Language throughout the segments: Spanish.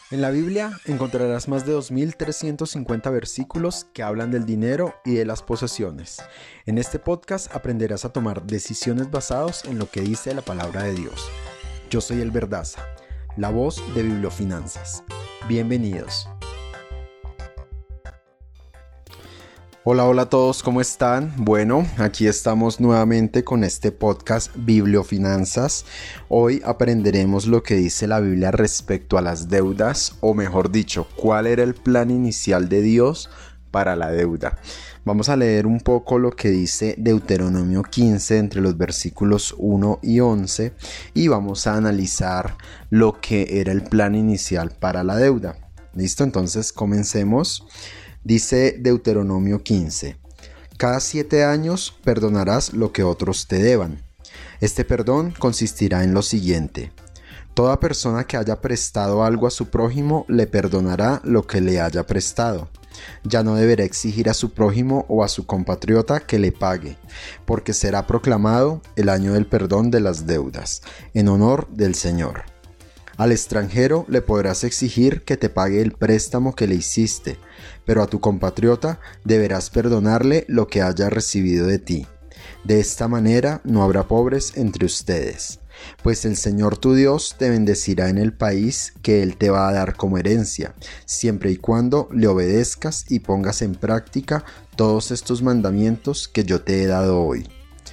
En la Biblia encontrarás más de 2.350 versículos que hablan del dinero y de las posesiones. En este podcast aprenderás a tomar decisiones basadas en lo que dice la palabra de Dios. Yo soy El Verdaza, la voz de Bibliofinanzas. Bienvenidos. Hola a todos, ¿cómo están? Bueno, aquí estamos nuevamente con este podcast Bibliofinanzas. Hoy aprenderemos lo que dice la Biblia respecto a las deudas, o mejor dicho, cuál era el plan inicial de Dios para la deuda. Vamos a leer un poco lo que dice Deuteronomio 15 entre los versículos 1 y 11 y vamos a analizar lo que era el plan inicial para la deuda. ¿Listo? Entonces comencemos. Dice Deuteronomio 15: Cada 7 años perdonarás lo que otros te deban. Este perdón consistirá en lo siguiente: toda persona que haya prestado algo a su prójimo le perdonará lo que le haya prestado. Ya no deberá exigir a su prójimo o a su compatriota que le pague, porque será proclamado el año del perdón de las deudas, en honor del Señor. Al extranjero le podrás exigir que te pague el préstamo que le hiciste, pero a tu compatriota deberás perdonarle lo que haya recibido de ti. De esta manera no habrá pobres entre ustedes, pues el Señor tu Dios te bendecirá en el país que Él te va a dar como herencia, siempre y cuando le obedezcas y pongas en práctica todos estos mandamientos que yo te he dado hoy.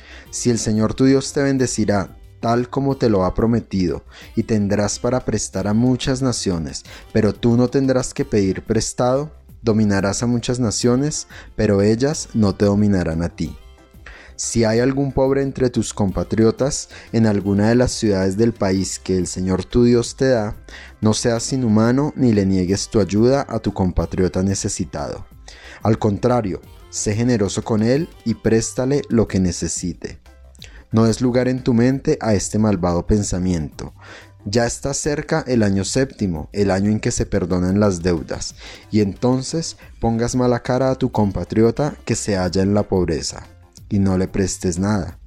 Si el Señor tu Dios te bendecirá tal como te lo ha prometido, y tendrás para prestar a muchas naciones, pero tú no tendrás que pedir prestado. Dominarás a muchas naciones, pero ellas no te dominarán a ti. Si hay algún pobre entre tus compatriotas en alguna de las ciudades del país que el Señor tu Dios te da, no seas inhumano ni le niegues tu ayuda a tu compatriota necesitado. Al contrario, sé generoso con él y préstale lo que necesite. No des lugar en tu mente a este malvado pensamiento. Ya está cerca el año 7º, el año en que se perdonan las deudas, y entonces pongas mala cara a tu compatriota que se halla en la pobreza, y no le prestes nada,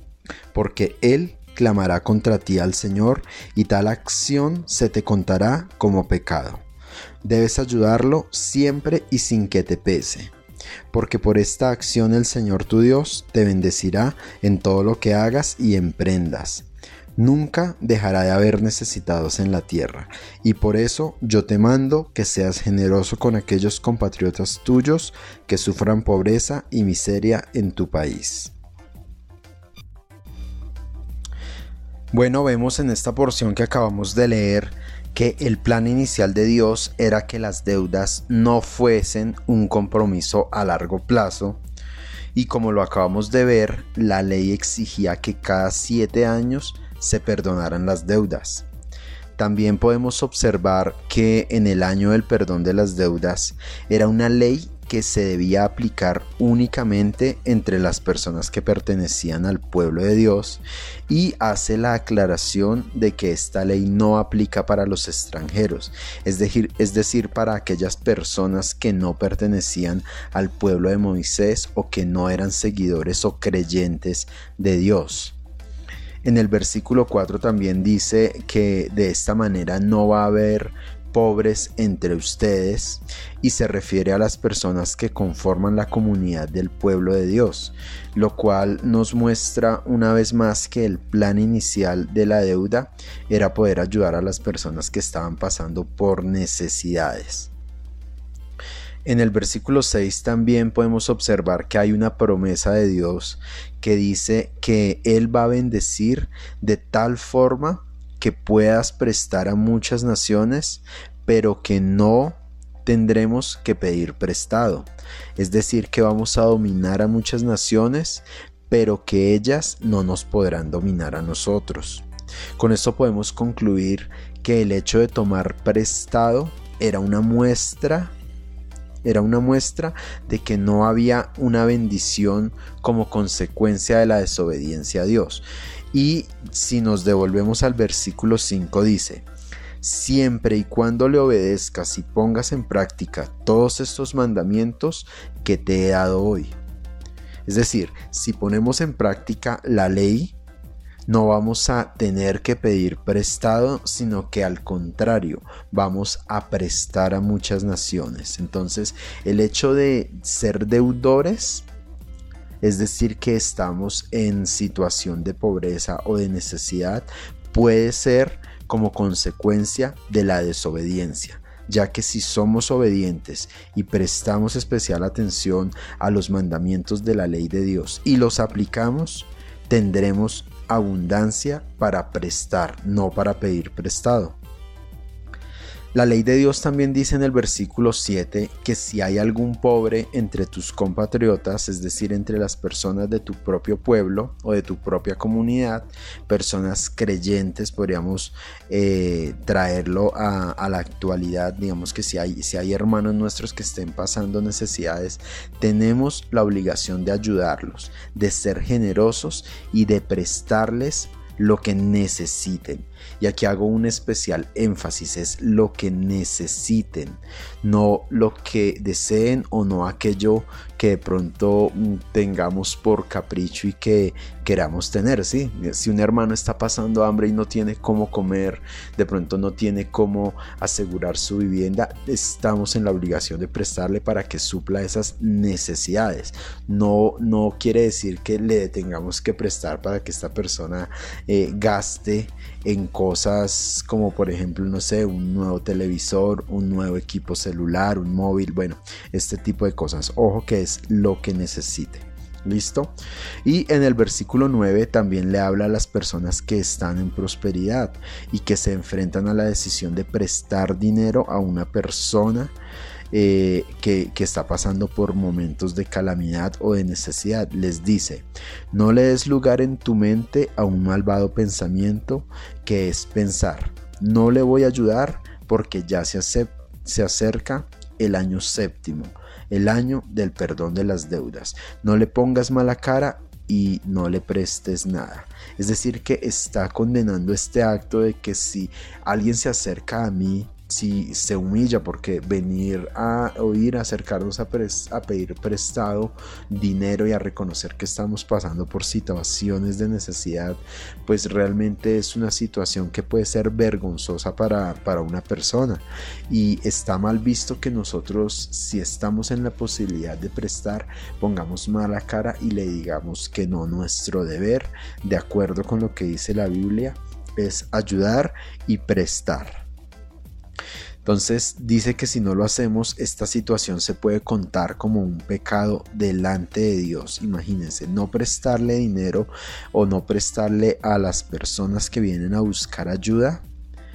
porque él clamará contra ti al Señor, y tal acción se te contará como pecado. Debes ayudarlo siempre y sin que te pese, porque por esta acción el Señor tu Dios te bendecirá en todo lo que hagas y emprendas. Nunca dejará de haber necesitados en la tierra, y por eso yo te mando que seas generoso con aquellos compatriotas tuyos que sufran pobreza y miseria en tu país. Bueno, vemos en esta porción que acabamos de leer que el plan inicial de Dios era que las deudas no fuesen un compromiso a largo plazo, y como lo acabamos de ver, la ley exigía que cada 7 años se perdonaran las deudas. También podemos observar que en el año del perdón de las deudas era una ley que se debía aplicar únicamente entre las personas que pertenecían al pueblo de Dios, y hace la aclaración de que esta ley no aplica para los extranjeros, es decir, para aquellas personas que no pertenecían al pueblo de Moisés o que no eran seguidores o creyentes de Dios. En el versículo 4 también dice que de esta manera no va a haber pobres entre ustedes, y se refiere a las personas que conforman la comunidad del pueblo de Dios, lo cual nos muestra una vez más que el plan inicial de la deuda era poder ayudar a las personas que estaban pasando por necesidades. En el versículo 6 también podemos observar que hay una promesa de Dios que dice que Él va a bendecir de tal forma que puedas prestar a muchas naciones, pero que no tendremos que pedir prestado. Es decir, que vamos a dominar a muchas naciones, pero que ellas no nos podrán dominar a nosotros. Con esto podemos concluir que el hecho de tomar prestado era una muestra de que no había una bendición como consecuencia de la desobediencia a Dios. Y si nos devolvemos al versículo 5 dice: siempre y cuando le obedezcas y pongas en práctica todos estos mandamientos que te he dado hoy. Es decir, si ponemos en práctica la ley, No vamos a tener que pedir prestado, sino que al contrario, vamos a prestar a muchas naciones. Entonces, el hecho de ser deudores, es decir, que estamos en situación de pobreza o de necesidad, puede ser como consecuencia de la desobediencia, ya que si somos obedientes y prestamos especial atención a los mandamientos de la ley de Dios y los aplicamos, tendremos abundancia para prestar, no para pedir prestado. La ley de Dios también dice en el versículo 7 que si hay algún pobre entre tus compatriotas, es decir, entre las personas de tu propio pueblo o de tu propia comunidad, personas creyentes, podríamos traerlo a la actualidad. Digamos que si hay hermanos nuestros que estén pasando necesidades, tenemos la obligación de ayudarlos, de ser generosos y de prestarles lo que necesiten. Y aquí hago un especial énfasis, es lo que necesiten, no lo que deseen o no aquello que de pronto tengamos por capricho y que queramos tener, ¿sí? Si un hermano está pasando hambre y no tiene cómo comer, de pronto no tiene cómo asegurar su vivienda, estamos en la obligación de prestarle para que supla esas necesidades. No quiere decir que le tengamos que prestar para que esta persona gaste en cosas como, por ejemplo, no sé, un nuevo televisor, un nuevo equipo celular, un móvil, bueno, este tipo de cosas. Ojo que es lo que necesite. ¿Listo? Y en el versículo 9 también le habla a las personas que están en prosperidad y que se enfrentan a la decisión de prestar dinero a una persona que está pasando por momentos de calamidad o de necesidad. Les dice: no le des lugar en tu mente a un malvado pensamiento, que es pensar: no le voy a ayudar porque ya se acerca el año séptimo, el año del perdón de las deudas. No le pongas mala cara y no le prestes nada. Es decir, que está condenando este acto de que si alguien se acerca a mí, si se humilla, porque venir a oír, a acercarnos a pedir prestado dinero y a reconocer que estamos pasando por situaciones de necesidad, pues realmente es una situación que puede ser vergonzosa para una persona, y está mal visto que nosotros, si estamos en la posibilidad de prestar, pongamos mala cara y le digamos que no. Nuestro deber, de acuerdo con lo que dice la Biblia, es ayudar y prestar. Entonces dice que si no lo hacemos, esta situación se puede contar como un pecado delante de Dios. Imagínense, no prestarle dinero o no prestarle a las personas que vienen a buscar ayuda,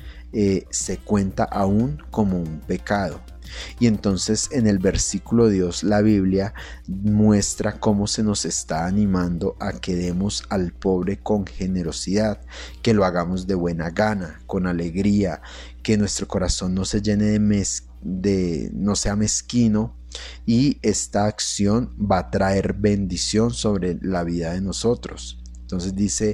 se cuenta aún como un pecado. Y entonces en el versículo Dios, la Biblia muestra cómo se nos está animando a que demos al pobre con generosidad, que lo hagamos de buena gana, con alegría, que nuestro corazón no se llene no sea mezquino, y esta acción va a traer bendición sobre la vida de nosotros. Entonces dice: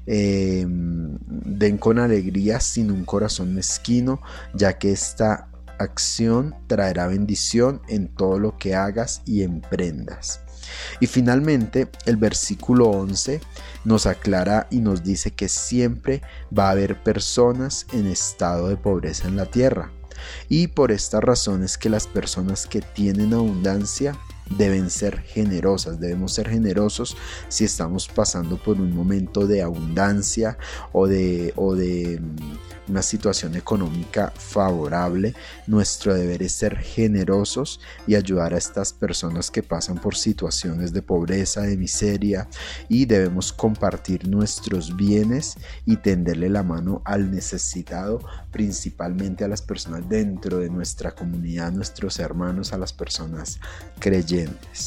den con alegría sin un corazón mezquino, ya que esta acción traerá bendición en todo lo que hagas y emprendas. Y finalmente el versículo 11 nos aclara y nos dice que siempre va a haber personas en estado de pobreza en la tierra, y por esta razón es que las personas que tienen abundancia deben ser generosas. Debemos ser generosos si estamos pasando por un momento de abundancia o de una situación económica favorable. Nuestro deber es ser generosos y ayudar a estas personas que pasan por situaciones de pobreza, de miseria, y debemos compartir nuestros bienes y tenderle la mano al necesitado, principalmente a las personas dentro de nuestra comunidad, nuestros hermanos, a las personas creyentes.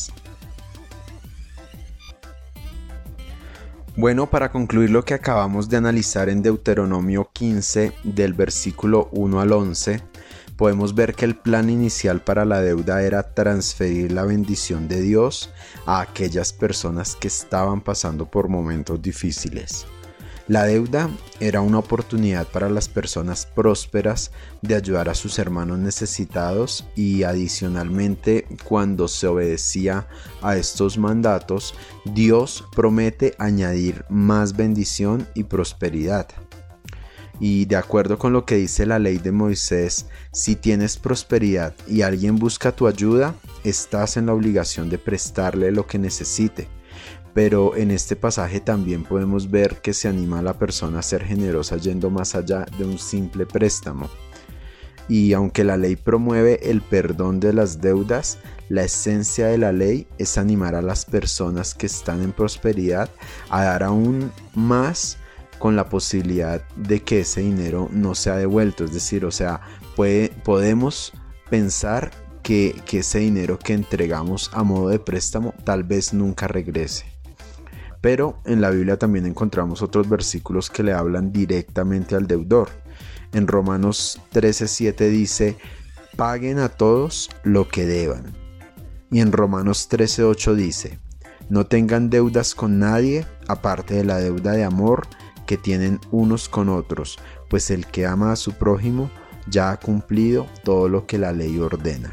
Bueno, para concluir lo que acabamos de analizar en Deuteronomio 15, del versículo 1 al 11, podemos ver que el plan inicial para la deuda era transferir la bendición de Dios a aquellas personas que estaban pasando por momentos difíciles. La deuda era una oportunidad para las personas prósperas de ayudar a sus hermanos necesitados y adicionalmente cuando se obedecía a estos mandatos, Dios promete añadir más bendición y prosperidad. Y de acuerdo con lo que dice la ley de Moisés, si tienes prosperidad y alguien busca tu ayuda, estás en la obligación de prestarle lo que necesite. Pero en este pasaje también podemos ver que se anima a la persona a ser generosa yendo más allá de un simple préstamo. Y aunque la ley promueve el perdón de las deudas, la esencia de la ley es animar a las personas que están en prosperidad a dar aún más con la posibilidad de que ese dinero no sea devuelto. Es decir, podemos pensar que ese dinero que entregamos a modo de préstamo tal vez nunca regrese. Pero en la Biblia también encontramos otros versículos que le hablan directamente al deudor. En Romanos 13:7 dice, paguen a todos lo que deban. Y en Romanos 13:8 dice, no tengan deudas con nadie aparte de la deuda de amor que tienen unos con otros, pues el que ama a su prójimo ya ha cumplido todo lo que la ley ordena.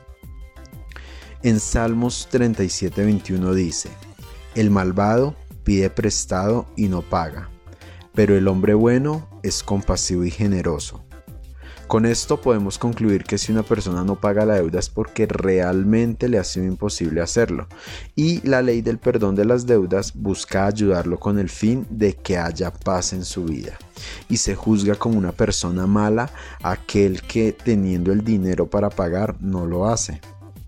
En Salmos 37:21 dice, el malvado pide prestado y no paga, pero el hombre bueno es compasivo y generoso. Con esto podemos concluir que si una persona no paga la deuda es porque realmente le ha sido imposible hacerlo. Y la ley del perdón de las deudas busca ayudarlo con el fin de que haya paz en su vida. Y se juzga como una persona mala aquel que teniendo el dinero para pagar no lo hace.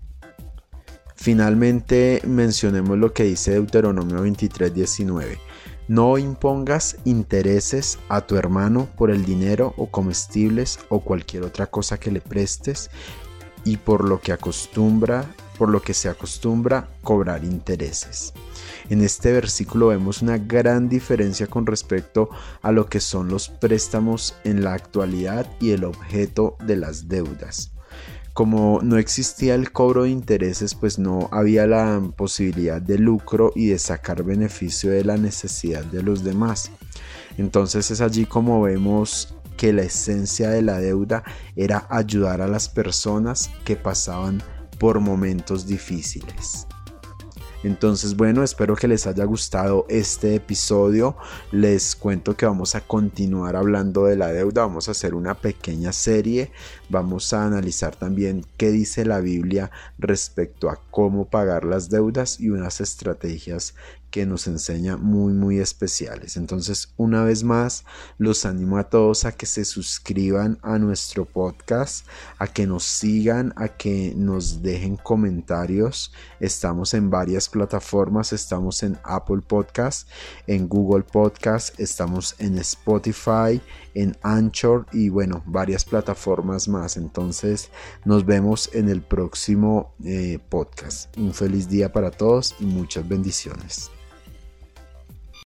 Finalmente mencionemos lo que dice Deuteronomio 23:19. No impongas intereses a tu hermano por el dinero o comestibles o cualquier otra cosa que le prestes y por lo que se acostumbra cobrar intereses. En este versículo vemos una gran diferencia con respecto a lo que son los préstamos en la actualidad y el objeto de las deudas. Como no existía el cobro de intereses, pues no había la posibilidad de lucro y de sacar beneficio de la necesidad de los demás. Entonces es allí como vemos que la esencia de la deuda era ayudar a las personas que pasaban por momentos difíciles. Entonces, bueno, espero que les haya gustado este episodio. Les cuento que vamos a continuar hablando de la deuda, vamos a hacer una pequeña serie, vamos a analizar también qué dice la Biblia respecto a cómo pagar las deudas y unas estrategias que nos enseña muy especiales. Entonces, una vez más, los animo a todos a que se suscriban a nuestro podcast, a que nos sigan, a que nos dejen comentarios. Estamos en varias plataformas, estamos en Apple Podcast, en Google Podcast, estamos en Spotify, en Anchor y bueno, varias plataformas más. Entonces, nos vemos en el próximo podcast. Un feliz día para todos y muchas bendiciones.